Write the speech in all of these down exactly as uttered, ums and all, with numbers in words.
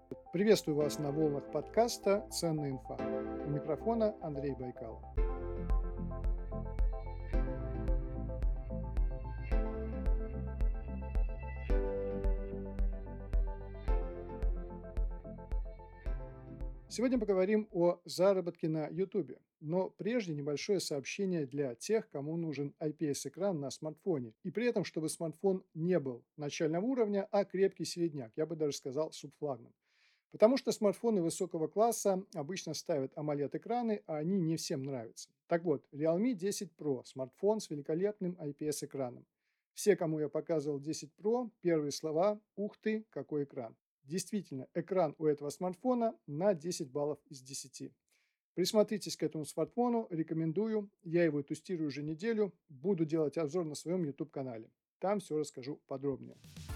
Приветствую вас на волнах подкаста «Ценная инфа». У микрофона Андрей Байкал. Сегодня поговорим о заработке на Ютубе. Но прежде небольшое сообщение для тех, кому нужен ай пи эс-экран на смартфоне. И при этом, чтобы смартфон не был начального уровня, а крепкий середняк. Я бы даже сказал субфлагман. Потому что смартфоны высокого класса обычно ставят AMOLED-экраны, а они не всем нравятся. Так вот, Realme десять Pro– смартфон с великолепным ай пи эс-экраном. Все, кому я показывал десять Pro, первые слова «Ух ты, какой экран!». Действительно, экран у этого смартфона на десять баллов из десяти. Присмотритесь к этому смартфону, рекомендую. Я его тестирую уже неделю, буду делать обзор на своем YouTube-канале. Там все расскажу подробнее.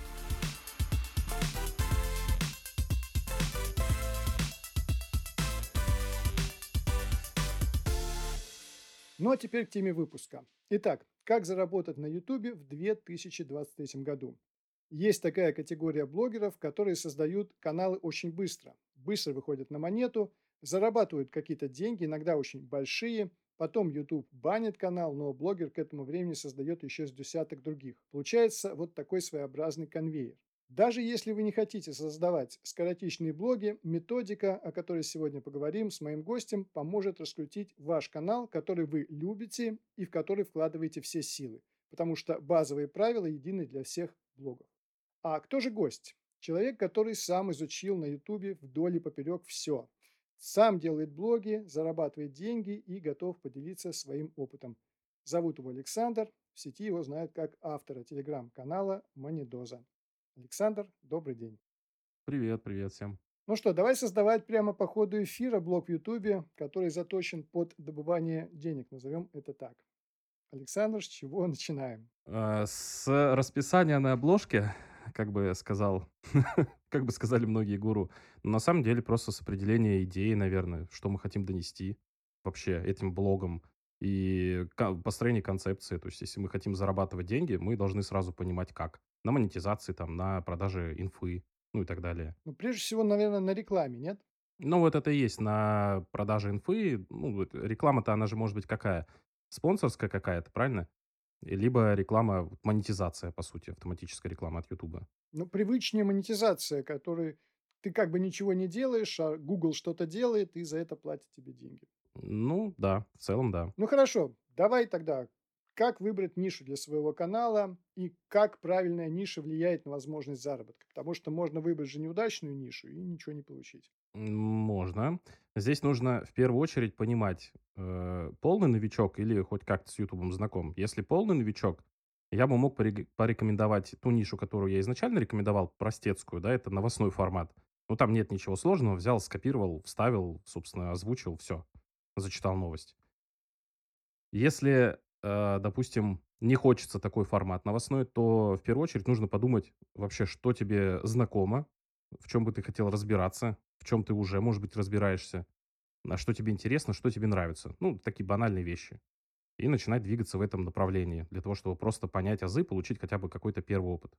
Ну а теперь к теме выпуска. Итак, как заработать на YouTube в две тысячи двадцать третьем году? Есть такая категория блогеров, которые создают каналы очень быстро. Быстро выходят на монету, зарабатывают какие-то деньги, иногда очень большие. Потом YouTube банит канал, но блогер к этому времени создает еще с десяток других. Получается вот такой своеобразный конвейер. Даже если вы не хотите создавать скоротечные блоги, методика, о которой сегодня поговорим с моим гостем, поможет раскрутить ваш канал, который вы любите и в который вкладываете все силы. Потому что базовые правила едины для всех блогов. А кто же гость? Человек, который сам изучил на Ютубе вдоль и поперек все. Сам делает блоги, зарабатывает деньги и готов поделиться своим опытом. Зовут его Александр, в сети его знают как автора телеграм-канала Манидоза. Александр, добрый день. Привет, привет всем. Ну что, давай создавать прямо по ходу эфира блог в Ютубе, который заточен под добывание денег, назовем это так. Александр, с чего начинаем? А, С расписания на обложке, как бы сказал, как бы сказали многие гуру, но на самом деле просто с определения идеи, наверное, что мы хотим донести вообще этим блогом и ка- построение концепции. То есть, если мы хотим зарабатывать деньги, мы должны сразу понимать как. На монетизации, там, на продаже инфы, ну и так далее. Ну, прежде всего, наверное, на рекламе, нет? Ну, вот это и есть на продаже инфы. Ну, вот реклама-то, она же может быть какая? Спонсорская какая-то, правильно? Либо реклама, вот монетизация, по сути, автоматическая реклама от Ютуба. Ну, привычнее монетизация, которой ты как бы ничего не делаешь, а Google что-то делает и за это платит тебе деньги. Ну, да, в целом, да. Ну хорошо, давай тогда, как выбрать нишу для своего канала и как правильная ниша влияет на возможность заработка? Потому что можно выбрать же неудачную нишу и ничего не получить. М, Можно. Здесь нужно в первую очередь понимать, э, полный новичок или хоть как-то с Ютубом знаком. Если полный новичок, я бы мог порег- порекомендовать ту нишу, которую я изначально рекомендовал, простецкую, да, это новостной формат. Ну, там нет ничего сложного, взял, скопировал, вставил, собственно, озвучил, все, зачитал новость. Если, э, допустим, не хочется такой формат новостной, то в первую очередь нужно подумать вообще, что тебе знакомо, в чем бы ты хотел разбираться, в чем ты уже, может быть, разбираешься, на что тебе интересно, что тебе нравится. Ну, такие банальные вещи. И начинать двигаться в этом направлении, для того, чтобы просто понять азы, получить хотя бы какой-то первый опыт.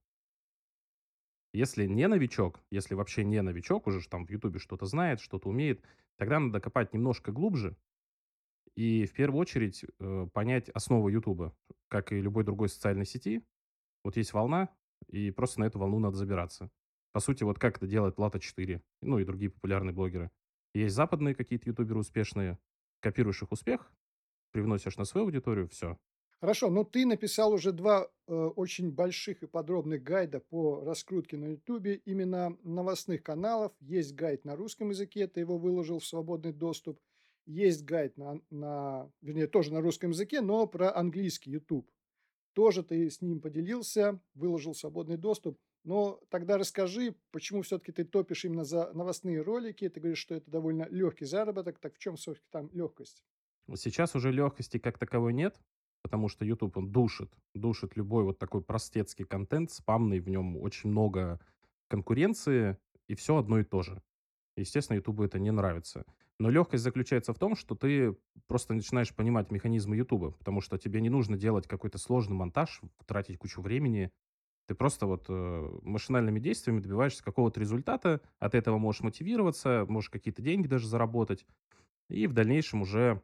Если не новичок, если вообще не новичок, уже ж там в Ютубе что-то знает, что-то умеет, тогда надо копать немножко глубже, и в первую очередь, э, понять основу "Ютуба". Как и любой другой социальной сети, вот есть волна, и просто на эту волну надо забираться. По сути, вот как это делает Влад А четыре, ну и другие популярные блогеры. Есть западные какие-то ютуберы успешные, копируешь их успех, привносишь на свою аудиторию, все. Хорошо, но ты написал уже два э, очень больших и подробных гайда по раскрутке на Ютубе именно новостных каналов. Есть гайд на русском языке, ты его выложил в свободный доступ. Есть гайд на, на, вернее, тоже на русском языке, но про английский YouTube. Тоже ты с ним поделился, выложил в свободный доступ. Но тогда расскажи, почему все-таки ты топишь именно за новостные ролики. Ты говоришь, что это довольно легкий заработок. Так в чем все-таки там легкость? Сейчас уже легкости как таковой нет, потому что YouTube, он душит, душит любой вот такой простецкий контент, спамный, в нем очень много конкуренции, и все одно и то же. Естественно, "Ютубу" это не нравится. Но легкость заключается в том, что ты просто начинаешь понимать механизмы "Ютуба", потому что тебе не нужно делать какой-то сложный монтаж, тратить кучу времени. Ты просто вот, э, машинальными действиями добиваешься какого-то результата, от этого можешь мотивироваться, можешь какие-то деньги даже заработать и в дальнейшем уже,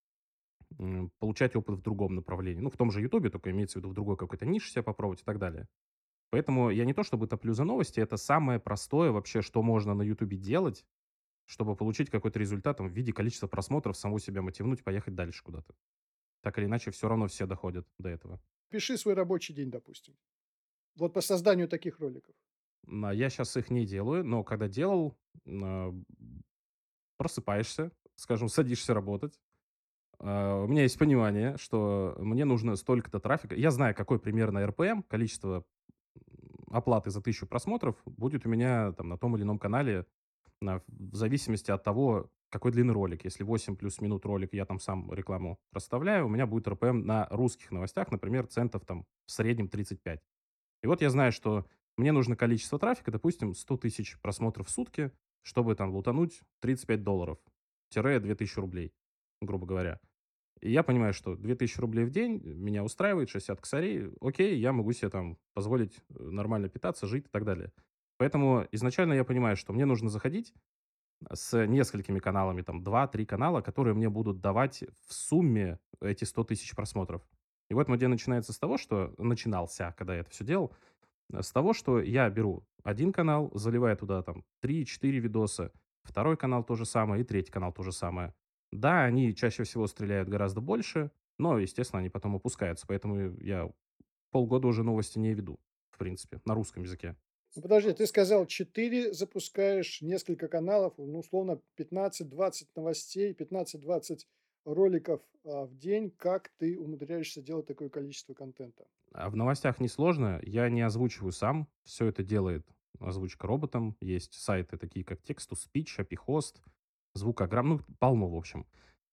м, получать опыт в другом направлении. Ну, в том же "Ютубе", только имеется в виду в другой какой-то нише себя попробовать и так далее. Поэтому я не то чтобы топлю за новости, это самое простое вообще, что можно на "Ютубе" делать, чтобы получить какой-то результат там в виде количества просмотров, самого себя мотивнуть, поехать дальше куда-то. Так или иначе, все равно все доходят до этого. Пиши свой рабочий день, допустим. Вот по созданию таких роликов. А я сейчас их не делаю, но когда делал, а, просыпаешься, скажем, садишься работать. А, у меня есть понимание, что мне нужно столько-то трафика. Я знаю, какой примерно эр пэ эм, количество, м, оплаты за тысячу просмотров будет у меня там на том или ином канале, на в зависимости от того, какой длины ролик. Если восемь плюс минут ролик, я там сам рекламу расставляю, у меня будет эр пэ эм на русских новостях, например, центов там в среднем тридцать пять. И вот я знаю, что мне нужно количество трафика, допустим, сто тысяч просмотров в сутки, чтобы там лутануть тридцать пять долларов, тире две тысячи рублей, грубо говоря. И я понимаю, что две тысячи рублей в день меня устраивает, шестьдесят косарей. Окей, я могу себе там позволить э, нормально питаться, жить и так далее. Поэтому изначально я понимаю, что мне нужно заходить с несколькими каналами, там два-три канала, которые мне будут давать в сумме эти сто тысяч просмотров. И вот мой день начинается с того, что начинался, когда я это все делал, э, с того, что я беру один канал, заливаю туда там три-четыре видоса, второй канал то же самое и третий канал то же самое. Да, они чаще всего стреляют гораздо больше, но, естественно, они потом опускаются, поэтому я полгода уже новости не веду, в принципе, на русском языке. Ну, подожди, ты сказал четыре запускаешь, несколько каналов, ну, условно пятнадцать-двадцать новостей, пятнадцать-двадцать роликов, а, в день. Как ты умудряешься делать такое количество контента? А в новостях несложно, я не озвучиваю сам, все это делает озвучка роботом. Есть сайты такие, как Text-to-Speech, Apihost, Звукограмм, ну, полно, в общем.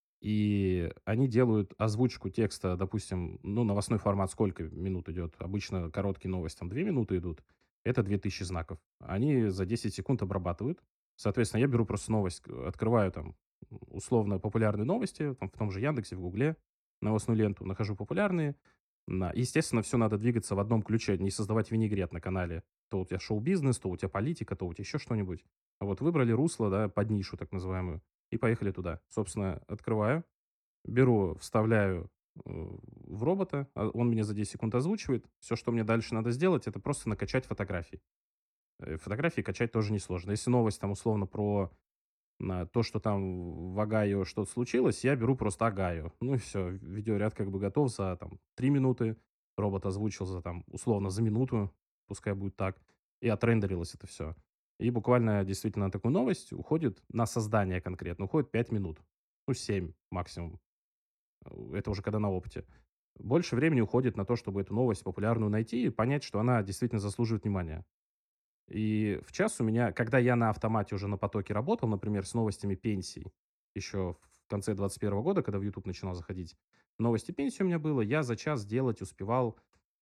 И они делают озвучку текста, допустим, ну, новостной формат сколько минут идет? Обычно короткие новости, там две минуты идут. Это две тысячи знаков. Они за десять секунд обрабатывают. Соответственно, я беру просто новость, к- открываю там условно популярные новости, там, в том же Яндексе, в Гугле, новостную ленту, нахожу популярные. На- Естественно, все надо двигаться в одном ключе, не создавать винегрет на канале. То у тебя шоу-бизнес, то у тебя политика, то у тебя еще что-нибудь. А вот выбрали русло, да, под нишу так называемую, и поехали туда. Собственно, открываю, беру, вставляю, э, в робота, а, он мне за десять секунд озвучивает. Все, что мне дальше надо сделать, это просто накачать фотографий. Э, фотографии качать тоже несложно. Если новость там условно про, на то, что там в Огайо что-то случилось, я беру просто Огайо. Ну и все, видеоряд как бы готов за там три минуты, робот озвучил за там условно за минуту, пускай будет так, и отрендерилось это все. И буквально действительно на такую новость уходит, на создание конкретно, уходит пять минут. Ну, семь максимум. Э, Это уже когда на опыте. Больше времени уходит на то, чтобы эту новость популярную найти и понять, что она действительно заслуживает внимания. И в час у меня, когда я на автомате уже на потоке работал, например, с новостями пенсий, еще в конце двадцать первого года, когда в YouTube начинал заходить, новости пенсии у меня было, я за час делать успевал,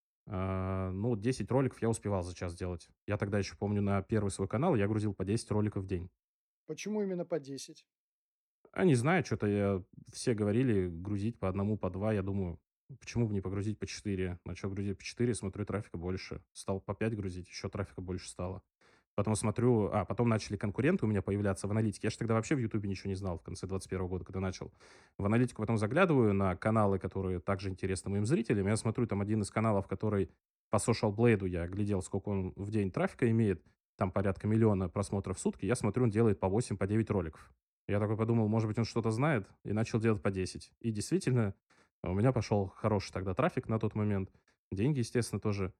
э, ну, десять роликов я успевал за час делать. Я тогда еще помню на первый свой канал я грузил по десять роликов в день. Почему именно по десять? А не знаю, что то я все говорили грузить по одному, по два. Я думаю, почему бы не погрузить по четыре? Начал грузить по четыре, смотрю, трафика больше. Стал по пять грузить, еще трафика больше стало. Потом смотрю, а, потом начали конкуренты у меня появляться в аналитике. Я же тогда вообще в "Ютубе" ничего не знал в конце двадцать первого года, когда начал. В аналитику потом заглядываю на каналы, которые также интересны моим зрителям. Я смотрю, там один из каналов, который по Social Blade, я глядел, сколько он в день трафика имеет, там порядка миллиона просмотров в сутки. Я смотрю, он делает по восемь, по девять роликов. Я такой подумал, может быть, он что-то знает, и начал делать по десять. И действительно, у меня пошел хороший тогда трафик на тот момент. Деньги, естественно, тоже.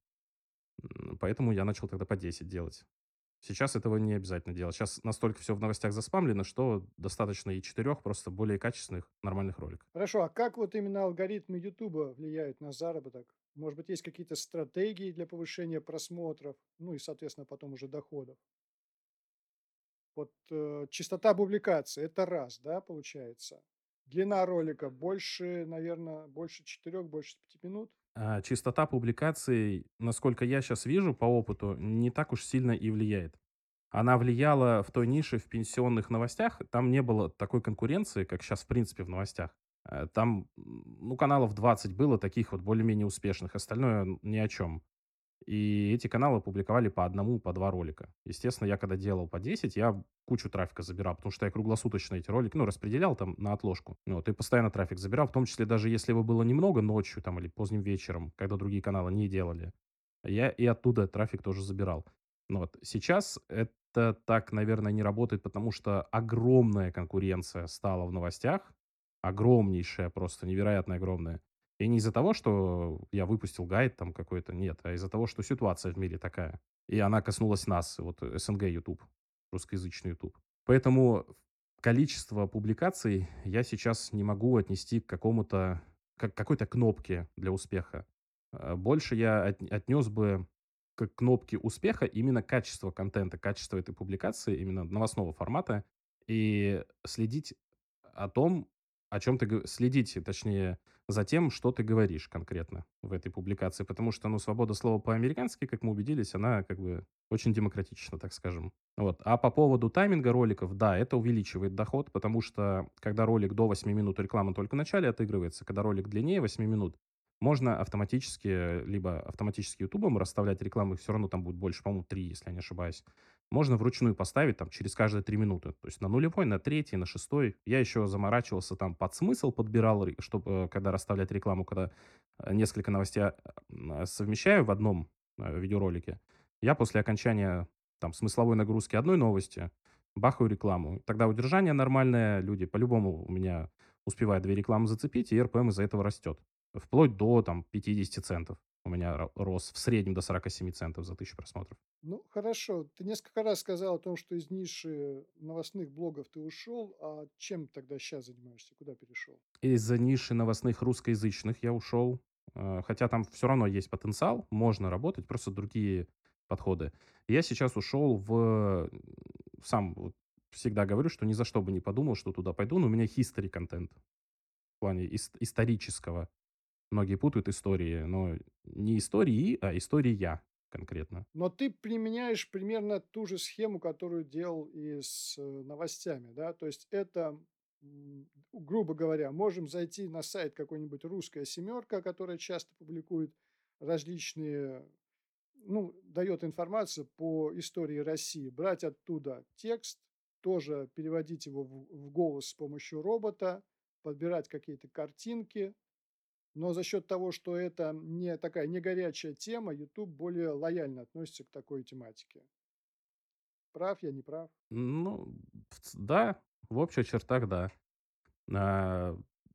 М, Поэтому я начал тогда по десять делать. Сейчас этого не обязательно делать. Сейчас настолько все в новостях заспамлено, что достаточно и четырех просто более качественных, нормальных роликов. Хорошо, а как вот именно алгоритмы "Ютуба" влияют на заработок? Может быть, есть какие-то стратегии для повышения просмотров, ну и, соответственно, потом уже доходов? Вот, э, частота публикации — это раз, да, получается? Длина ролика больше, наверное, больше четырех, больше пяти минут? А частота публикаций, насколько я сейчас вижу по опыту, не так уж сильно и влияет. Она влияла в той нише в пенсионных новостях. Там не было такой конкуренции, как сейчас в принципе в новостях. Э, Там, м, ну, каналов двадцать было таких вот более-менее успешных. Остальное н- ни о чем. И эти каналы публиковали по одному, по два ролика. Естественно, я когда делал по десять, я кучу трафика забирал, потому что я круглосуточно эти ролики, ну, распределял там на отложку. Ну вот, и постоянно трафик забирал, в том числе даже если его было немного ночью там или поздним вечером, когда другие каналы не делали. Я и оттуда трафик тоже забирал. Ну вот, сейчас это так, наверное, не работает, потому что огромная конкуренция стала в новостях. Огромнейшая, просто невероятно огромная. И не из-за того, что я выпустил гайд там какой-то, нет, а из-за того, что ситуация в мире такая. И она коснулась нас, вот СНГ YouTube, русскоязычный YouTube. Поэтому количество публикаций я сейчас не могу отнести к какому-то, к какой-то кнопке для успеха. Э, Больше я от- отнес бы к кнопке успеха именно качество контента, качество этой публикации, именно новостного формата, и следить о том, о чем ты, г- следить, точнее, за тем, что ты говоришь конкретно в этой публикации. Потому что, ну, свобода слова по-американски, как мы убедились, она как бы очень демократична, так скажем. Вот. А по поводу тайминга роликов, да, это увеличивает доход, потому что когда ролик до восьми минут реклама только в начале отыгрывается, когда ролик длиннее восьми минут, можно автоматически, либо автоматически ютубом расставлять рекламу, их все равно там будет больше, по-моему, три, если я не ошибаюсь. Можно вручную поставить там через каждые три минуты. То есть на нулевой, на третий, на шестой. Я еще заморачивался там под смысл, подбирал, чтобы когда расставлять рекламу, когда э, несколько новостей а, м, совмещаю в одном э, видеоролике. Я после окончания там смысловой нагрузки одной новости бахаю рекламу. Тогда удержание нормальное, люди по-любому у меня успевают две рекламы зацепить, и эр пэ эм из-за этого растет. Вплоть до там пятидесяти центов. У меня ро- рос в среднем до сорока семи центов за тысячу просмотров. Ну, хорошо. Ты несколько раз сказал о том, что из ниши новостных блогов ты ушел. А чем тогда сейчас занимаешься? Куда перешел? Из-за ниши новостных русскоязычных я ушел, э, хотя там все равно есть потенциал, можно работать, просто другие подходы. Я сейчас ушел в, м, сам вот всегда говорю, что ни за что бы не подумал, что туда пойду, но у меня history контент в плане ис исторического. Многие путают истории, но не истории, а история конкретно. Но ты применяешь примерно ту же схему, которую делал и с э, новостями, да? То есть это, м, грубо говоря, можем зайти на сайт какой-нибудь «Русская семерка», которая часто публикует различные, ну, дает информацию по истории России, брать оттуда текст, тоже переводить его в, в голос с помощью робота, подбирать какие-то картинки, но за счет того, что это не такая не горячая тема, YouTube более лояльно относится к такой тематике. Прав я, не прав? Ну, в ц да, в общих чертах, да. А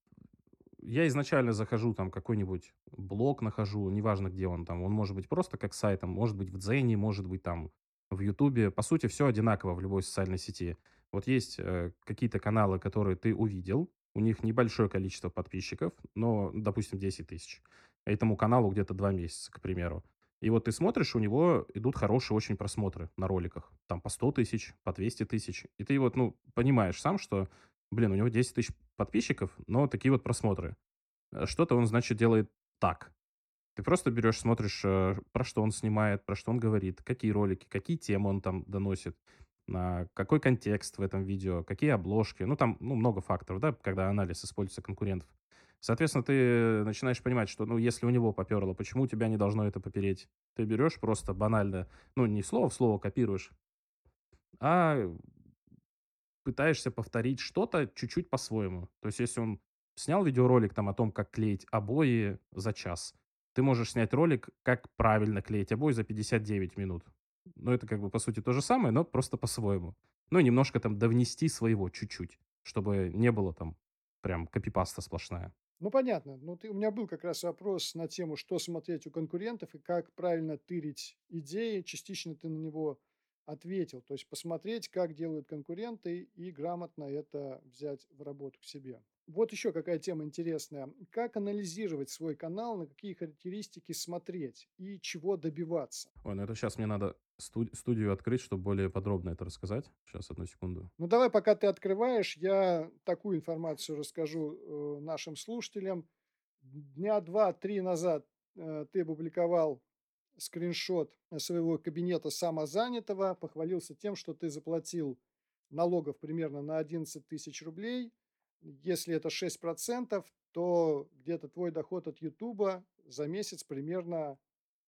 Я изначально захожу, там какой-нибудь блог нахожу, неважно, где он там. Он может быть просто как сайтом, может быть в Дзене, может быть там в Ютубе. По сути, все одинаково в любой социальной сети. Вот есть э, какие-то каналы, которые ты увидел, у них небольшое количество подписчиков, но, допустим, десять тысяч. Этому каналу где-то два месяца, к примеру. И вот ты смотришь, у него идут хорошие очень просмотры на роликах. Там по сто тысяч, по двести тысяч. И ты вот, ну, понимаешь сам, что, блин, у него десять тысяч подписчиков, но такие вот просмотры. Э, что-то он, значит, делает так. Ты просто берешь, смотришь, э, про что он снимает, про что он говорит, какие ролики, какие темы он там доносит, а, какой контекст в этом видео, какие обложки. Ну, там, ну, много факторов, да, когда анализ используется конкурентов. Соответственно, ты начинаешь понимать, что, ну, если у него поперло, почему у тебя не должно это попереть? Ты берешь просто банально, ну, не слово в слово копируешь, а пытаешься повторить что-то чуть-чуть по-своему. То есть, если он снял видеоролик там о том, как клеить обои за час, ты можешь снять ролик, как правильно клеить обои за пятьдесят девять минут. Ну, это как бы, по сути, то же самое, но просто по-своему. Ну, и немножко там довнести своего чуть-чуть, чтобы не было там прям копипаста сплошная. Ну, понятно. Ну, ты, у меня был как раз вопрос на тему, что смотреть у конкурентов и как правильно тырить идеи. Частично ты на него ответил. То есть посмотреть, как делают конкуренты и грамотно это взять в работу к себе. Вот еще какая тема интересная. Как анализировать свой канал, на какие характеристики смотреть и чего добиваться? Ой, ну это сейчас мне надо студ- студию открыть, чтобы более подробно это рассказать. Сейчас, одну секунду. Ну, давай, пока ты открываешь, я такую информацию расскажу э, нашим слушателям. Дня два-три назад э, ты опубликовал скриншот своего кабинета самозанятого, похвалился тем, что ты заплатил налогов примерно на одиннадцать тысяч рублей. Если это шесть процентов, то где-то твой доход от Ютуба за месяц примерно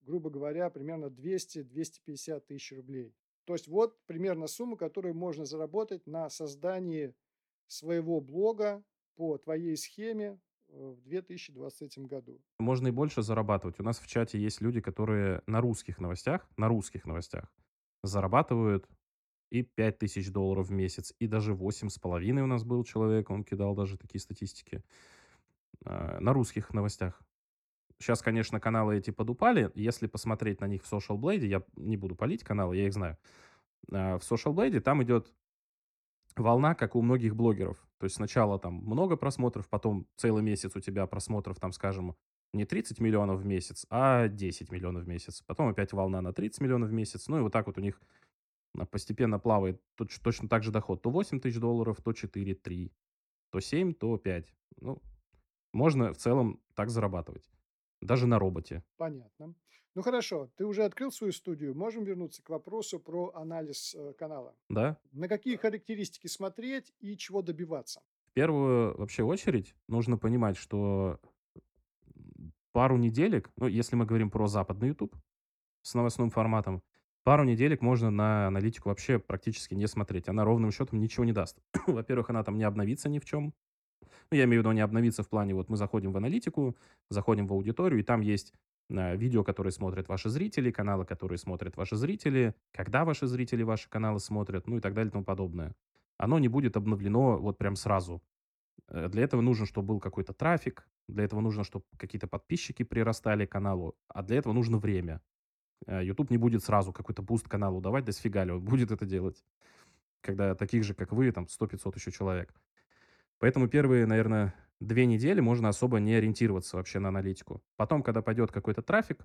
грубо говоря, примерно двести двести пятьдесят тысяч рублей. То есть вот примерно сумма, которую можно заработать на создании своего блога по твоей схеме э, в две тысячи двадцать третьем году. Можно и больше зарабатывать. У нас в чате есть люди, которые на русских новостях, на русских новостях зарабатывают и пять тысяч долларов в месяц, и даже восемь с половиной у нас был человек, он кидал даже такие статистики, а, на русских новостях. Сейчас, конечно, каналы эти подупали. Если посмотреть на них в Social Blade, я не буду палить каналы, я их знаю. А, в Social Blade там идет волна, как у многих блогеров. То есть сначала там много просмотров, потом целый месяц у тебя просмотров, там, скажем, не тридцать миллионов в месяц, а десять миллионов в месяц. Потом опять волна на тридцать миллионов в месяц. Ну и вот так вот у них а, постепенно плавает точ- точно так же доход. То восемь тысяч долларов, то четыре, три, то семь, то пять. Ну, можно в целом так зарабатывать. Даже на роботе, Понятно. Ну хорошо, ты уже открыл свою студию. Можем вернуться к вопросу про анализ э, канала. да? На какие характеристики смотреть и чего добиваться? В первую вообще очередь нужно понимать, что м, пару неделек, ну, если мы говорим про западный YouTube с новостным форматом, пару неделек можно на аналитику вообще практически не смотреть. Она ровным счетом ничего не даст. Во-первых, она там не обновится ни в чем. Ну, я имею в виду не обновиться в плане, вот мы заходим в аналитику, заходим в аудиторию, и там есть а, видео, которые смотрят ваши зрители, каналы, которые смотрят ваши зрители, когда ваши зрители ваши каналы смотрят, ну и так далее и тому подобное. Оно не будет обновлено вот прям сразу. Э, Для этого нужно, чтобы был какой-то трафик, для этого нужно, чтобы какие-то подписчики прирастали к каналу, а для этого нужно время. Э, YouTube не будет сразу какой-то буст каналу давать, да сфига ли он будет это делать, когда таких же, как вы, там сто пятьсот еще человек. Поэтому первые, наверное, две недели можно особо не ориентироваться вообще на аналитику. Потом, когда пойдет какой-то трафик,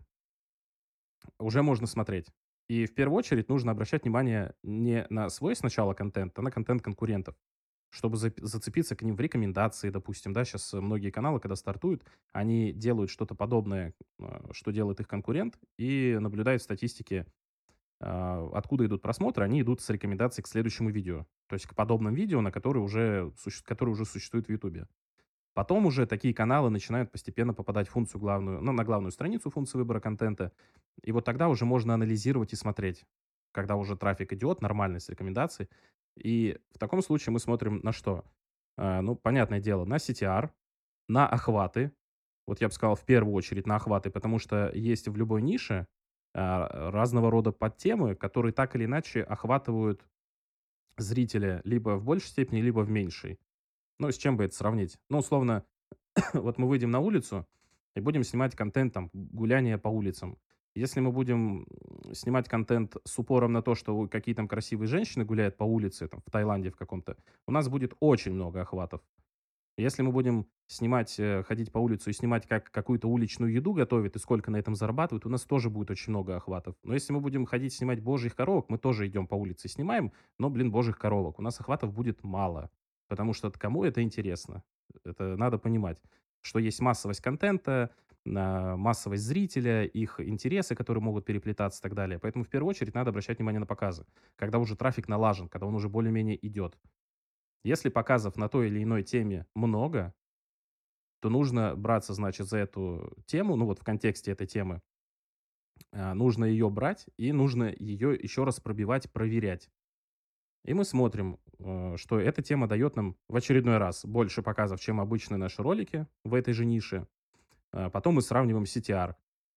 уже можно смотреть. И в первую очередь нужно обращать внимание не на свой сначала контент, а на контент конкурентов, чтобы зап- зацепиться к ним в рекомендации, допустим, да, сейчас многие каналы, когда стартуют, они делают что-то подобное, э, что делает их конкурент, и наблюдают в статистике, а, откуда идут просмотры, они идут с рекомендацией к следующему видео, то есть к подобным видео, на которые уже, суще- которые уже существуют в Ютубе. Потом уже такие каналы начинают постепенно попадать в функцию главную, ну, на главную страницу функции выбора контента. И вот тогда уже можно анализировать и смотреть, когда уже трафик идет, нормальный, с рекомендаций. И в таком случае мы смотрим на что? А, ну, понятное дело, на си ти ар, на охваты. Вот я бы сказал, в первую очередь на охваты, потому что есть в любой нише а, разного рода подтемы, которые так или иначе охватывают зрителя либо в большей степени, либо в меньшей. Ну, с чем бы это сравнить? Ну, условно, вот мы выйдем на улицу и будем снимать контент, там, гуляния по улицам. Если мы будем м, снимать контент с упором на то, что какие там красивые женщины гуляют по улице, там, в Таиланде в каком-то, у нас будет очень много охватов. Если мы будем снимать, э, ходить по улице и снимать, как какую-то уличную еду готовят и сколько на этом зарабатывают, у нас тоже будет очень много охватов. Но если мы будем ходить снимать божьих коровок, мы тоже идем по улице и снимаем, но, блин, божьих коровок. У нас охватов будет мало, потому что кому это интересно? Это надо понимать, что есть массовость контента, а, массовость зрителя, их интересы, которые могут переплетаться и так далее. Поэтому в первую очередь надо обращать внимание на показы, когда уже трафик налажен, когда он уже более-менее идет. Если показов на той или иной теме много, то нужно браться, значит, за эту тему, ну вот в контексте этой темы, а, нужно ее брать и нужно ее еще раз пробивать, проверять. И мы смотрим, э, что эта тема дает нам в очередной раз больше показов, чем обычные наши ролики в этой же нише. А потом мы сравниваем си ти ар.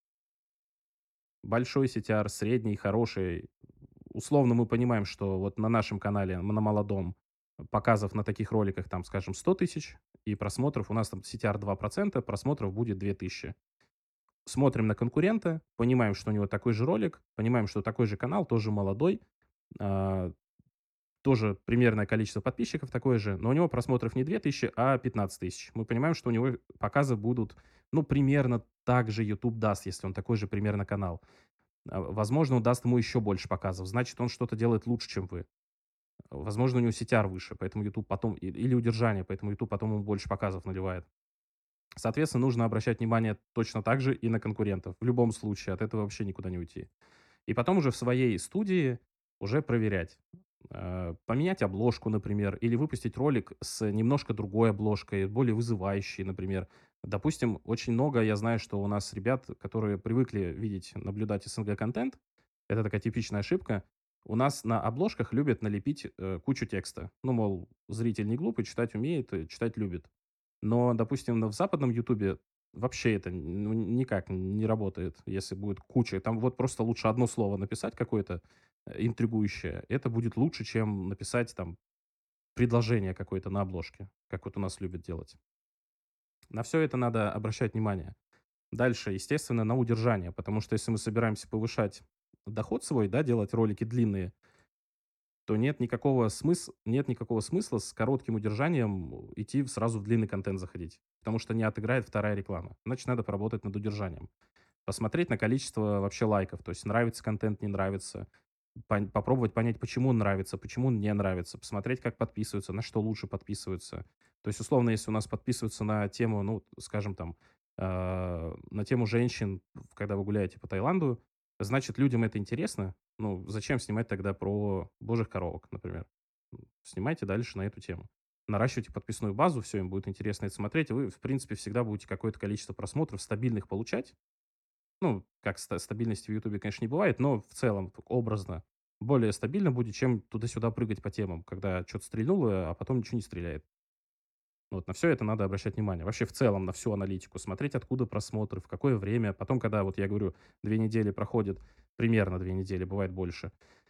Большой си ти ар, средний, хороший. Условно мы понимаем, что вот на нашем канале, м, на молодом, показов на таких роликах, там, скажем, сто тысяч, и просмотров у нас там си ти ар два процента, просмотров будет две тысячи. Смотрим на конкурента, понимаем, что у него такой же ролик, понимаем, что такой же канал, тоже молодой, а, тоже примерное количество подписчиков такое же, но у него просмотров не две тысячи, а пятнадцать тысяч. Мы понимаем, что у него показы будут, ну, примерно так же YouTube даст, если он такой же примерно канал. А, Возможно, он даст ему еще больше показов, значит, он что-то делает лучше, чем вы. Возможно, у него си ти ар выше, поэтому YouTube потом, и- или удержание, поэтому YouTube потом ему больше показов наливает. Соответственно, нужно обращать внимание точно так же и на конкурентов. В любом случае, от этого вообще никуда не уйти. И потом уже в своей студии уже проверять. Э, Поменять обложку, например, или выпустить ролик с немножко другой обложкой, более вызывающей, например. Допустим, очень много я знаю, что у нас ребят, которые привыкли видеть, наблюдать СНГ-контент. Это такая типичная ошибка. У нас на обложках любят налепить, э, кучу текста. Ну, мол, зритель не глупый, читать умеет, э, читать любит. Но, допустим, на в западном "Ютубе" вообще это, ну, никак не работает, если будет куча. Там вот просто лучше одно слово написать какое-то, э, интригующее. Это будет лучше, чем написать там предложение какое-то на обложке, как вот у нас любят делать. На все это надо обращать внимание. Дальше, естественно, на удержание, потому что если мы собираемся повышать доход свой, да, делать ролики длинные, то нет никакого смыс нет никакого смысла с коротким удержанием идти в сразу в длинный контент заходить, потому что не отыграет вторая реклама. Значит, надо поработать над удержанием. Посмотреть на количество вообще лайков, то есть нравится контент, не нравится. Пон попробовать понять, почему он нравится, почему он не нравится. Посмотреть, как подписываются, на что лучше подписываются. То есть, условно, если у нас подписываются на тему, ну, скажем там, а, на тему женщин, в когда вы гуляете по Таиланду, значит, людям это интересно. Ну, зачем снимать тогда про божьих коровок, например? М, снимайте дальше на эту тему. Наращивайте подписную базу, все им будет интересно это смотреть. Вы, в принципе, всегда будете какое-то количество просмотров стабильных получать. Ну, как ста стабильности в "Ютубе", конечно, не бывает, но в целом, т образно, более стабильно будет, чем туда-сюда прыгать по темам, когда чё-то стрельнуло, а потом ничего не стреляет. Вот на все это надо обращать внимание. Вообще, в целом, на всю аналитику. Смотреть, откуда просмотры, в какое время. Потом, когда, вот я говорю, две недели проходит, примерно две недели, бывает больше,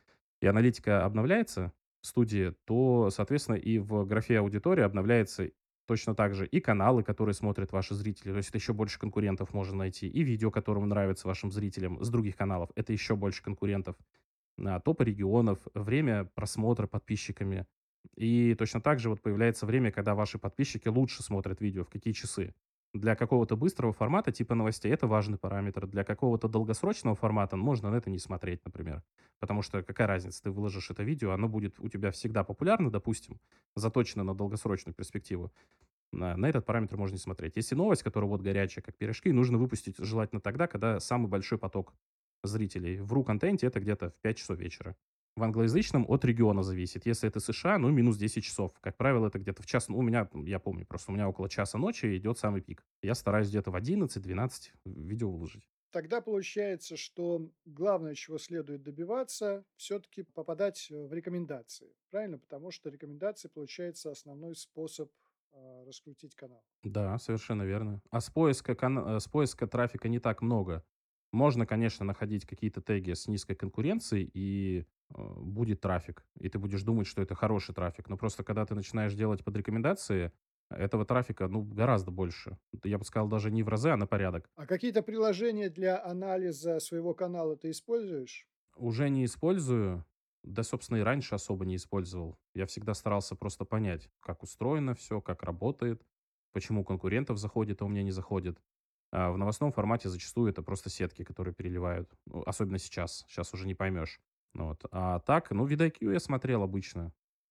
и аналитика обновляется в студии, то, соответственно, и в графе аудитория обновляется точно так же и каналы, которые смотрят ваши зрители, то есть это еще больше конкурентов можно найти, и видео, которым нравится вашим зрителям с других каналов, это еще больше конкурентов, а, топы регионов, время просмотра подписчиками. И точно так же вот появляется время, когда ваши подписчики лучше смотрят видео, в какие часы. Для какого-то быстрого формата типа новостей это важный параметр. Для какого-то долгосрочного формата можно на это не смотреть, например. Потому что какая разница, ты выложишь это видео, оно будет у тебя всегда популярно, допустим, заточено на долгосрочную перспективу. На, на этот параметр можно не смотреть. Если новость, которая вот горячая, как пирожки, нужно выпустить желательно тогда, когда самый большой поток зрителей. В ру-контенте это где-то в пять часов вечера. В англоязычном от региона зависит. Если это США, ну, минус десять часов. Как правило, это где-то в час. Ну, у меня, м, я помню, просто у меня около часа ночи идет самый пик. Я стараюсь где-то в одиннадцать-двенадцать видео выложить. Тогда получается, что главное, чего следует добиваться, все-таки попадать э, в рекомендации. Правильно? Потому что рекомендации, получается, основной способ а, раскрутить канал. Да, совершенно верно. А с поиска, кана- э, с поиска трафика не так много. Можно, конечно, находить какие-то теги с низкой конкуренцией, и э, будет трафик. И ты будешь думать, что это хороший трафик. Но просто когда ты начинаешь делать под рекомендации, этого трафика, ну, гораздо больше. Это, я бы сказал, даже не в разы, а на порядок. А какие-то приложения для анализа своего канала ты используешь? Уже не использую, да, собственно, и раньше особо не использовал. Я всегда старался просто понять, как устроено все, как работает, почему у конкурентов заходит, а у меня не заходит. А в новостном формате зачастую это просто сетки, которые переливают. Ну, особенно сейчас. Сейчас уже не поймешь. Ну вот. А так, ну, видайкью я смотрел обычно.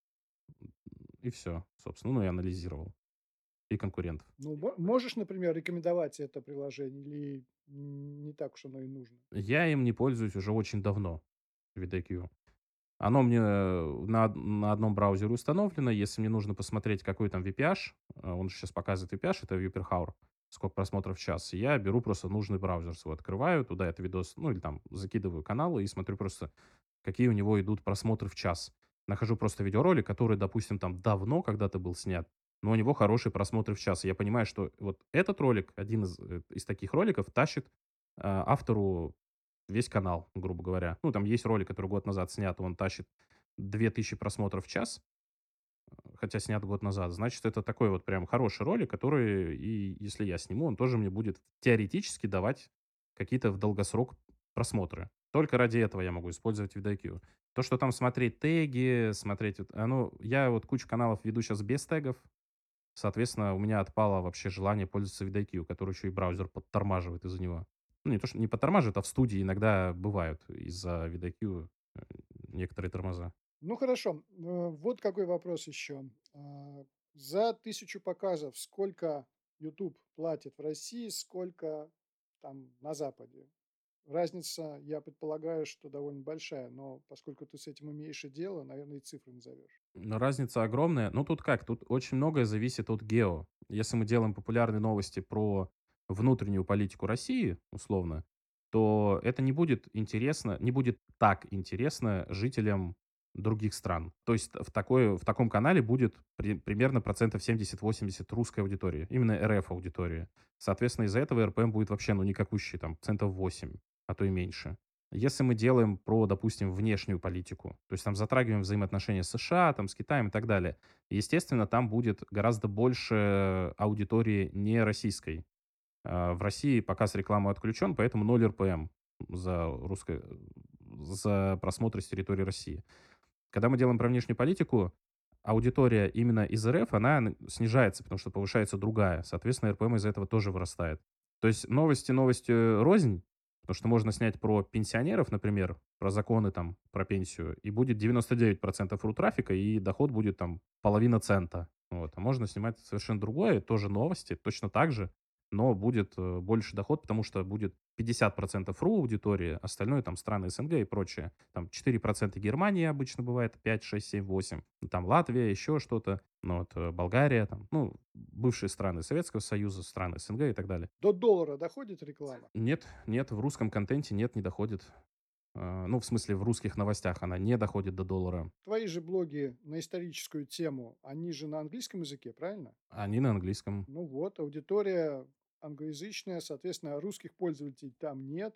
И все, собственно. Ну, и анализировал. И конкурентов. Ну, мо- можешь, например, рекомендовать это приложение или м, не так уж оно и нужно? Я им не пользуюсь уже очень давно, видайкью. Оно мне э, на од на одном браузере установлено. Если мне нужно посмотреть, какой там ви пи аш, э, он же щас показывает ви пи аш, это Viper сколько просмотров в час. Я беру просто нужный браузер свой, открываю, туда этот видос, ну, или там закидываю каналы и смотрю просто, какие у него идут просмотры в час. Нахожу просто видеоролик, который, допустим, там давно когда-то был снят, но у него хорошие просмотры в час. И я понимаю, что вот этот ролик, один из, э, из таких роликов, тащит, а, автору весь канал, грубо говоря. Ну, там есть ролик, который год назад снят, он тащит две тысячи просмотров в час, хотя снят год назад. Значит, это такой вот прям хороший ролик, который, и если я сниму, он тоже мне будет теоретически давать какие-то в долгосрок просмотры. Только ради этого я могу использовать видео. То, что там смотреть теги, смотреть, вот, оно, я вот кучу каналов веду сейчас без тегов, соответственно, у меня отпало вообще желание пользоваться видео, который еще и браузер подтормаживает из-за него. Ну, не то, что не подтормаживает, а в студии иногда бывают из-за видео э, некоторые тормоза. Ну хорошо, э, вот какой вопрос еще. А, За тысячу показов сколько YouTube платит в России, сколько там на Западе? Разница, я предполагаю, что довольно большая, но поскольку ты с этим имеешь и дело, наверное, и цифры назовешь. Но разница огромная. Ну, тут как, тут очень многое зависит от гео. Если мы делаем популярные новости про внутреннюю политику России, условно, то это не будет интересно, не будет так интересно жителям других стран. То есть в такой, в таком канале будет при- примерно процентов семьдесят-восемьдесят русской аудитории, именно эр эф аудитории. Соответственно, из-за этого эр пэ эм будет вообще, ну, никакущий, там, процентов восемь, а то и меньше. Если мы делаем про, допустим, внешнюю политику, то есть там затрагиваем взаимоотношения с США, там, с Китаем и так далее, естественно, там будет гораздо больше аудитории не российской. А, В России показ рекламы отключен, поэтому ноль эр пэ эм за, русско- за просмотр с территории России. Когда мы делаем про внешнюю политику, аудитория именно из эр эф, она н- снижается, потому что повышается другая. Соответственно, эр пэ эм из-за этого тоже вырастает. То есть новости новостью рознь, потому что можно снять про пенсионеров, например, про законы там, про пенсию, и будет девяносто девять процентов ру трафика, и доход будет там половина цента. Вот. А можно снимать совершенно другое, тоже новости, точно так же, но будет э, больше доход, потому что будет пятьдесят процентов ру аудитории, остальное там страны эс эн гэ и прочее. Там четыре процента Германии обычно бывает, пять, шесть, семь, восемь. Ну, там Латвия, еще что-то. Ну, вот, э, Болгария, там, ну, бывшие страны Советского Союза, страны эс эн гэ и так далее. До доллара доходит реклама? Нет, нет, в русском контенте нет, не доходит. А, Ну, в смысле, в русских новостях она не доходит до доллара. Твои же блоги на историческую тему, они же на английском языке, правильно? Они на английском. Ну вот, аудитория англоязычная, соответственно, русских пользователей там нет.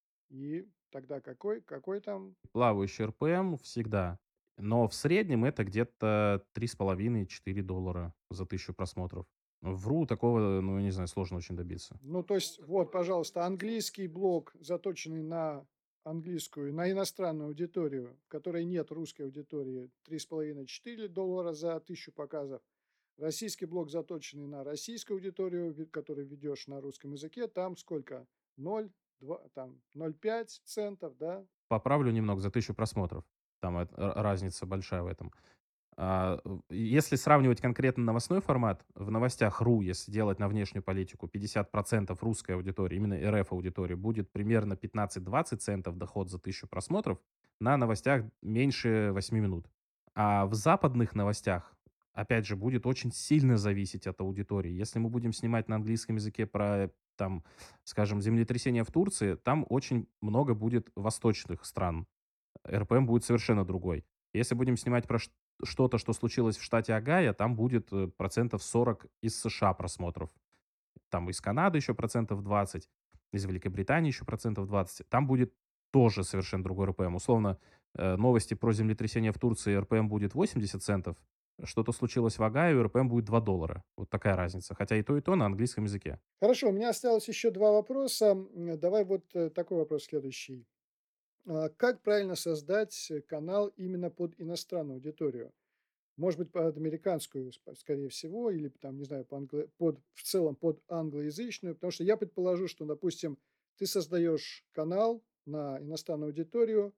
И тогда какой, какой там? Плавающий эр пэ эм всегда. Но в среднем это где-то три с половиной-четыре доллара за тысячу просмотров. В ру такого, ну, я не знаю, сложно очень добиться. Ну, то есть, вот, пожалуйста, английский блог, заточенный на английскую, на иностранную аудиторию, в которой нет русской аудитории, три с половиной-четыре доллара за тысячу показов. Российский блог, заточенный на российскую аудиторию, ви- который ведешь на русском языке, там сколько? Ноль, два, там ноль пять центов, да? Поправлю немного, за тысячу просмотров. Там эт р разница большая в этом. А, в Если сравнивать конкретно новостной формат, в новостях РУ, если делать на внешнюю политику, пятьдесят процентов русской аудитории, именно эр эф аудитории, будет примерно пятнадцать-двадцать центов доход за тысячу просмотров, на новостях меньше восьми минут. А в западных новостях, опять же, будет очень сильно зависеть от аудитории. Если мы будем снимать на английском языке про, там, скажем, землетрясение в Турции, там очень много будет восточных стран. эр пэ эм будет совершенно другой. Если будем снимать про ш- что-то, что случилось в штате Огайо, там будет э, процентов сорок из эс ша просмотров. Там из Канады еще процентов двадцать, из Великобритании еще процентов двадцать. Там будет тоже совершенно другой эр пэ эм. Условно, э, новости про землетрясение в Турции, эр пэ эм будет восемьдесят центов. Что-то случилось в Огайо, эр пэ эм будет два доллара. Вот такая разница. Хотя и то, и то на английском языке. Хорошо, у меня осталось еще два вопроса. М, Давай вот э, такой вопрос следующий. А, Как правильно создать э, канал именно под иностранную аудиторию? Может быть, под американскую, сп- скорее всего, или там, не знаю, по англо- под, в целом под англоязычную, потому что я предположу, что, допустим, ты создаешь канал на иностранную аудиторию,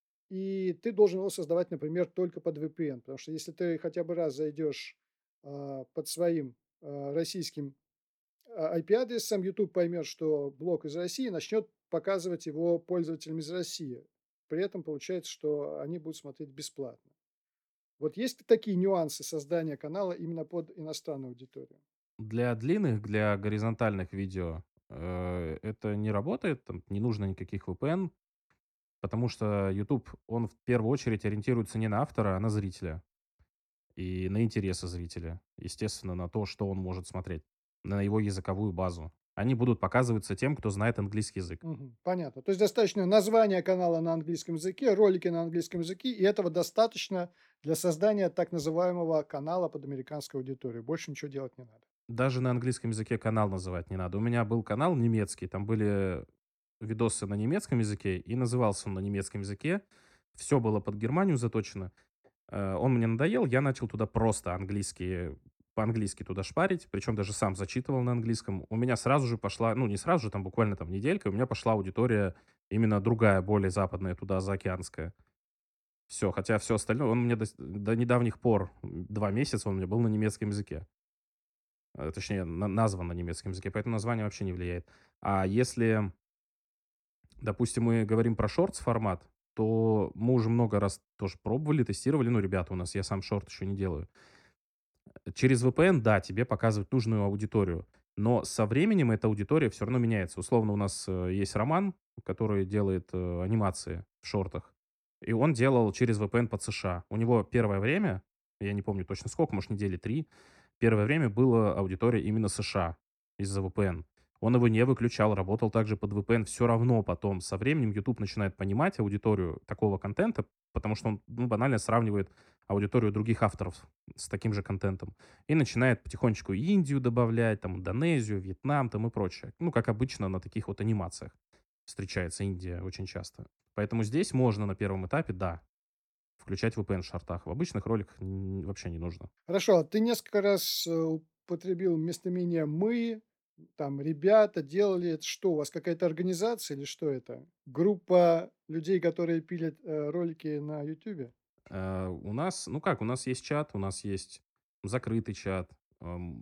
и ты должен его создавать, например, только под ви пи эн, потому что если ты хотя бы раз зайдешь а, под своим а, российским а, ай пи-адресом, YouTube поймет, что блог из России, и начнет показывать его пользователям из России. При этом получается, что они будут смотреть бесплатно. Вот есть ли такие нюансы создания канала именно под иностранную аудиторию? Для длинных, для горизонтальных видео э, это не работает, там не нужно никаких ви пи эн. Потому что YouTube, он в первую очередь ориентируется не на автора, а на зрителя. И на интересы зрителя. Естественно, на то, что он может смотреть. На его языковую базу. Они будут показываться тем, кто знает английский язык. Мгм. Понятно. То есть достаточно названия канала на английском языке, ролики на английском языке, и этого достаточно для создания так называемого канала под американскую аудиторию. Больше ничего делать не надо. Даже на английском языке канал называть не надо. У меня был канал немецкий, там были видосы на немецком языке, и назывался он на немецком языке. Все было под Германию заточено. Э, он мне надоел, я начал туда просто английский, по-английски туда шпарить, причем даже сам зачитывал на английском. У меня сразу же пошла, ну, не сразу же, там буквально там неделька, у меня пошла аудитория именно другая, более западная, туда, заокеанская. Все, хотя все остальное, он мне до, с- до недавних пор, м, два месяца он у меня был на немецком языке. Э, точнее, на- назван на немецком языке, поэтому название вообще не влияет. А если, допустим, мы говорим про шортс формат, то мы уже много раз тоже пробовали, тестировали. Ну, ребята у нас, я сам шорт еще не делаю. Через V P N, да, тебе показывают нужную аудиторию, но со временем эта аудитория все равно меняется. Условно, у нас, э, есть Роман, который делает, э, анимации в шортах, и он делал через V P N под С Ш А. У него первое время, я не помню точно сколько, может, недели три, первое время была аудитория именно С Ш А из-за V P N. Он его не выключал, работал также под V P N. Все равно потом со временем YouTube начинает понимать аудиторию такого контента, потому что он, ну, банально сравнивает аудиторию других авторов с таким же контентом. И начинает потихонечку Индию добавлять, там, Индонезию, Вьетнам там и прочее. Ну, как обычно на таких вот анимациях встречается Индия очень часто. Поэтому здесь можно на первом этапе, да, включать V P N в шортах. В обычных роликах н вообще не нужно. Хорошо, а ты несколько раз, э, употребил местоимение "мы", там "ребята", делали. Это что, у вас какая-то организация или что это? Группа людей, которые пилят, э, ролики на "Ютубе"? Э, у нас, ну как, у нас есть чат, у нас есть закрытый чат. Ам,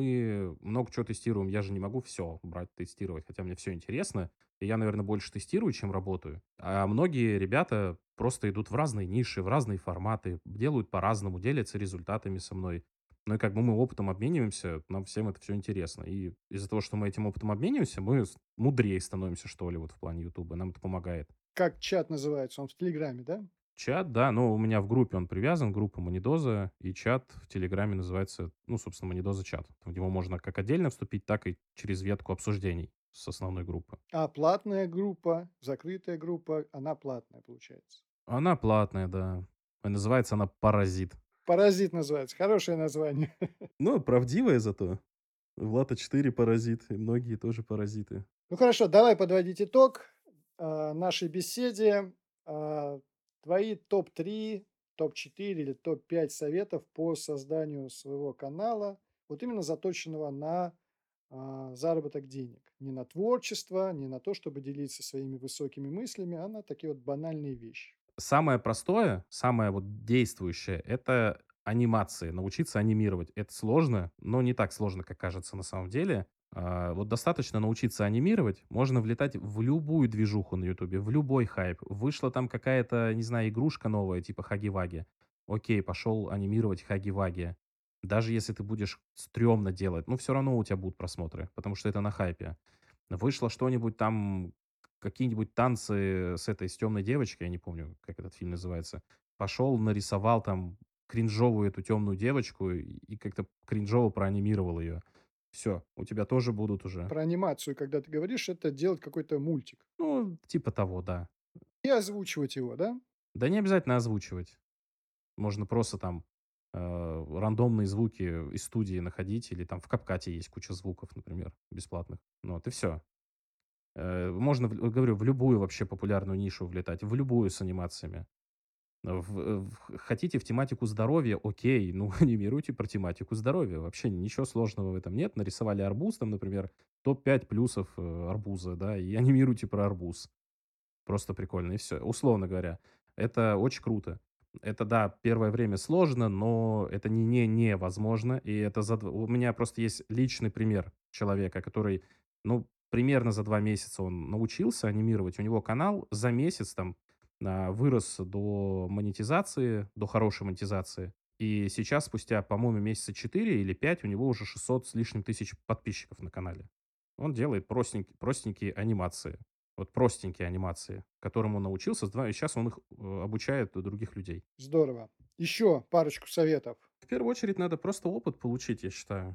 мы много чего тестируем. Я же не могу все брать, тестировать, хотя мне все интересно. И я, наверное, больше тестирую, чем работаю. А многие ребята просто идут в разные ниши, в разные форматы, делают по-разному, делятся результатами со мной. Ну и как бы мы опытом обмениваемся, нам всем это все интересно. И из-за того, что мы этим опытом обмениваемся, мы с мудрее становимся, что ли, вот в плане "Ютуба". Нам это помогает. Как чат называется? Он в "Телеграме", да? Чат, да, но у меня в группе он привязан, группа Монидоза, и чат в Телеграме называется, ну, собственно, Монидоза чат. В него можно как отдельно вступить, так и через ветку обсуждений с основной группы. А платная группа, закрытая группа, она платная получается. Она платная, да. И называется она "Паразит". "Паразит" называется. Хорошее название. Ну, правдивая зато. Влад А четыре паразит, и многие тоже паразиты. Ну хорошо, давай подводить итог, а, нашей беседе. А, твои топ три, топ четыре или топ пять советов по созданию своего канала, вот именно заточенного на, а, заработок денег. Не на творчество, не на то, чтобы делиться своими высокими мыслями, а на такие вот банальные вещи. Самое простое, самое вот действующее — это анимации, научиться анимировать. Это сложно, но не так сложно, как кажется на самом деле. А, вот достаточно научиться анимировать, можно влетать в любую движуху на "Ютубе", в любой хайп. Вышла там какая-то, не знаю, игрушка новая, типа Хаги-Ваги. Окей, пошел анимировать Хаги-Ваги. Даже если ты будешь стрёмно делать, ну, все равно у тебя будут просмотры, потому что это на хайпе. Вышло что-нибудь там, какие-нибудь танцы с этой, с темной девочкой, я не помню, как этот фильм называется. Пошел, нарисовал там кринжовую эту темную девочку и, и как-то кринжово проанимировал ее. Все, у тебя тоже будут уже. Про анимацию, когда ты говоришь, это делать какой-то мультик Ну, типа того, да. и озвучивать его, да? Да не обязательно озвучивать. Можно просто там э, рандомные звуки из студии находить, или там в CapCut есть куча звуков, например, бесплатных. Ну вот и все. Э, можно, в говорю, в любую вообще популярную нишу влетать, в любую с анимациями. В э, в хотите в тематику здоровья — окей, ну, анимируйте про тематику здоровья. Вообще ничего сложного в этом нет. Нарисовали арбуз, там, например, топ пять плюсов, э, арбуза, да, и анимируйте про арбуз. Просто прикольно, и все. Условно говоря, это очень круто. Это, да, первое время сложно, но это не не невозможно. И это за дв У меня просто есть личный пример человека, который, ну, примерно за два месяца он научился анимировать. У него канал за месяц там, а, вырос до монетизации, до хорошей монетизации. И сейчас, спустя, по-моему, месяца четыре или пять, у него уже шестьсот с лишним тысяч подписчиков на канале. Он делает простенькие простенькие анимации. Вот простенькие анимации, которым он научился, зна и щас он их, э, обучает других людей. Здорово. Еще парочку советов. В первую очередь надо просто опыт получить, я считаю.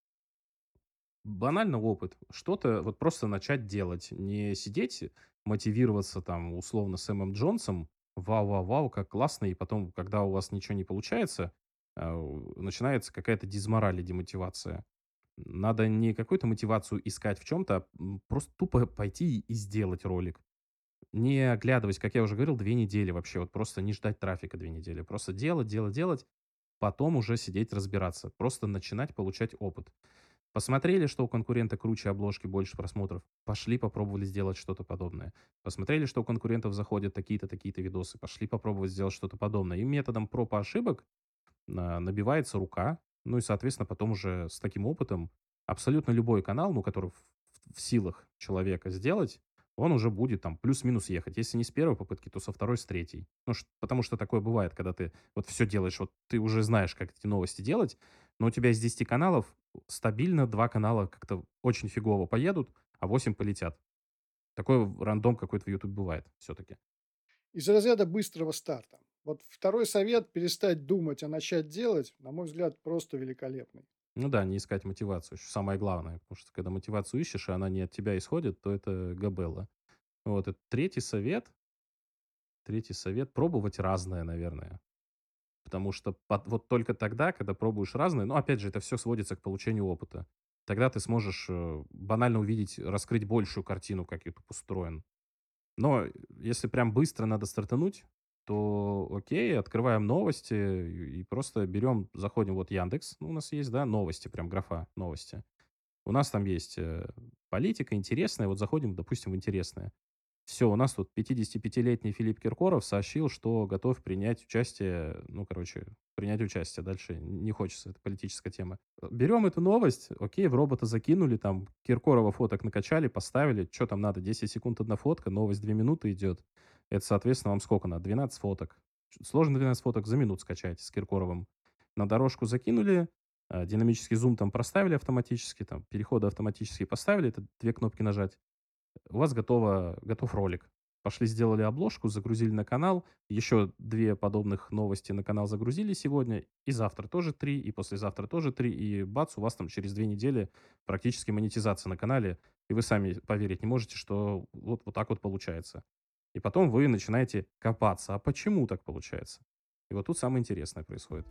Банально опыт. Что-то вот просто начать делать. Не сидеть, мотивироваться там условно Сэмом Джонсом. Вау-вау-вау, как классно. И потом, когда у вас ничего не получается, а, у начинается какая-то дизмораль и демотивация. Надо не какую-то мотивацию искать в чем-то, а, м, просто тупо пойти и сделать ролик. Не оглядываясь, как я уже говорил, две недели вообще. Вот просто не ждать трафика две недели. Просто делать, делать, делать. Потом уже сидеть разбираться. Просто начинать получать опыт. Посмотрели, что у конкурента круче обложки, больше просмотров. Пошли, попробовали сделать что-то подобное. Посмотрели, что у конкурентов заходят такие-то, такие-то видосы. Пошли попробовать сделать что-то подобное. И методом проб и ошибок на- набивается рука. Ну и, соответственно, потом уже с таким опытом абсолютно любой канал, ну, который в, в силах человека сделать, он уже будет там плюс-минус ехать. Если не с первой попытки, то со второй, с третьей. Ну, ш- потому что такое бывает, когда ты вот все делаешь, вот ты уже знаешь, как эти новости делать, Но у тебя из десяти каналов стабильно два канала как-то очень фигово поедут, а восемь полетят. Такой в рандом какой-то в "Ютубе" бывает все-таки. Из разряда быстрого старта. Вот второй совет – перестать думать, а начать делать, на мой взгляд, просто великолепный. Ну да, не искать мотивацию, еще самое главное. Потому что когда мотивацию ищешь, и она не от тебя исходит, то это габелла. Вот, это третий совет третий совет- пробовать разное, наверное. Потому что пот вот только тогда, когда пробуешь разное, ну, опять же, это все сводится к получению опыта. Тогда ты сможешь, э, банально увидеть, раскрыть большую картину, как YouTube устроен. Но если прям быстро надо стартануть, то окей, открываем новости и и просто берем, заходим, вот Яндекс ну, у нас есть, да, новости, прям графа новости. У нас там есть, э, политика интересная, вот заходим, допустим, в интересное. Все, у нас тут пятидесятипятилетний Филипп Киркоров сообщил, что готов принять участие, ну, короче, принять участие. Дальше не хочется, это политическая тема. Э, Берем эту новость, окей, в робота закинули, там, Киркорова фоток накачали, поставили. Что там надо? Десять секунд одна фотка, новость две минуты идет. Это, соответственно, вам сколько надо? двенадцать фоток. Ч- Сложно двенадцать фоток за минуту скачать с Киркоровым. На дорожку закинули, э, динамический зум там проставили автоматически, там, переходы автоматически поставили, это две кнопки нажать, у вас готово готов ролик. Пошли, сделали обложку, загрузили на канал. Еще две подобных новости на канал загрузили сегодня. И завтра тоже три, и послезавтра тоже три. И бац, у вас там через две недели практически монетизация на канале. И вы сами поверить не можете, что вот, вот так вот получается. И потом вы начинаете копаться. А почему так получается? И вот тут самое интересное происходит.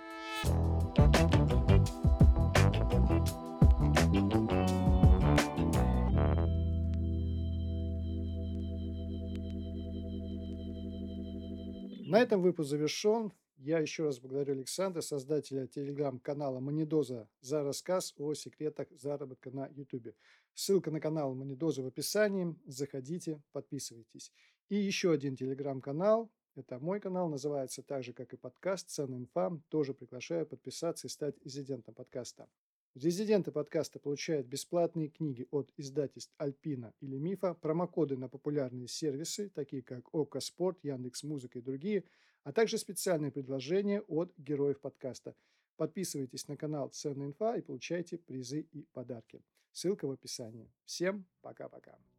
На этом выпуск завершен. Я еще раз благодарю Александра, создателя телеграм-канала Монидоза, за рассказ о секретах заработка на YouTube. Ссылка на канал Монидоза в описании. Заходите, подписывайтесь. И еще один телеграм-канал. Это мой канал, называется так же, как и подкаст «Ценная инфа». Тоже приглашаю подписаться и стать резидентом подкаста. Резиденты подкаста получают бесплатные книги от издательств Альпина или Мифа, промокоды на популярные сервисы, такие как Око Спорт, Яндекс.Музыка и другие, а также специальные предложения от героев подкаста. Подписывайтесь на канал Ценная инфа и получайте призы и подарки. Ссылка в описании. Всем пока-пока.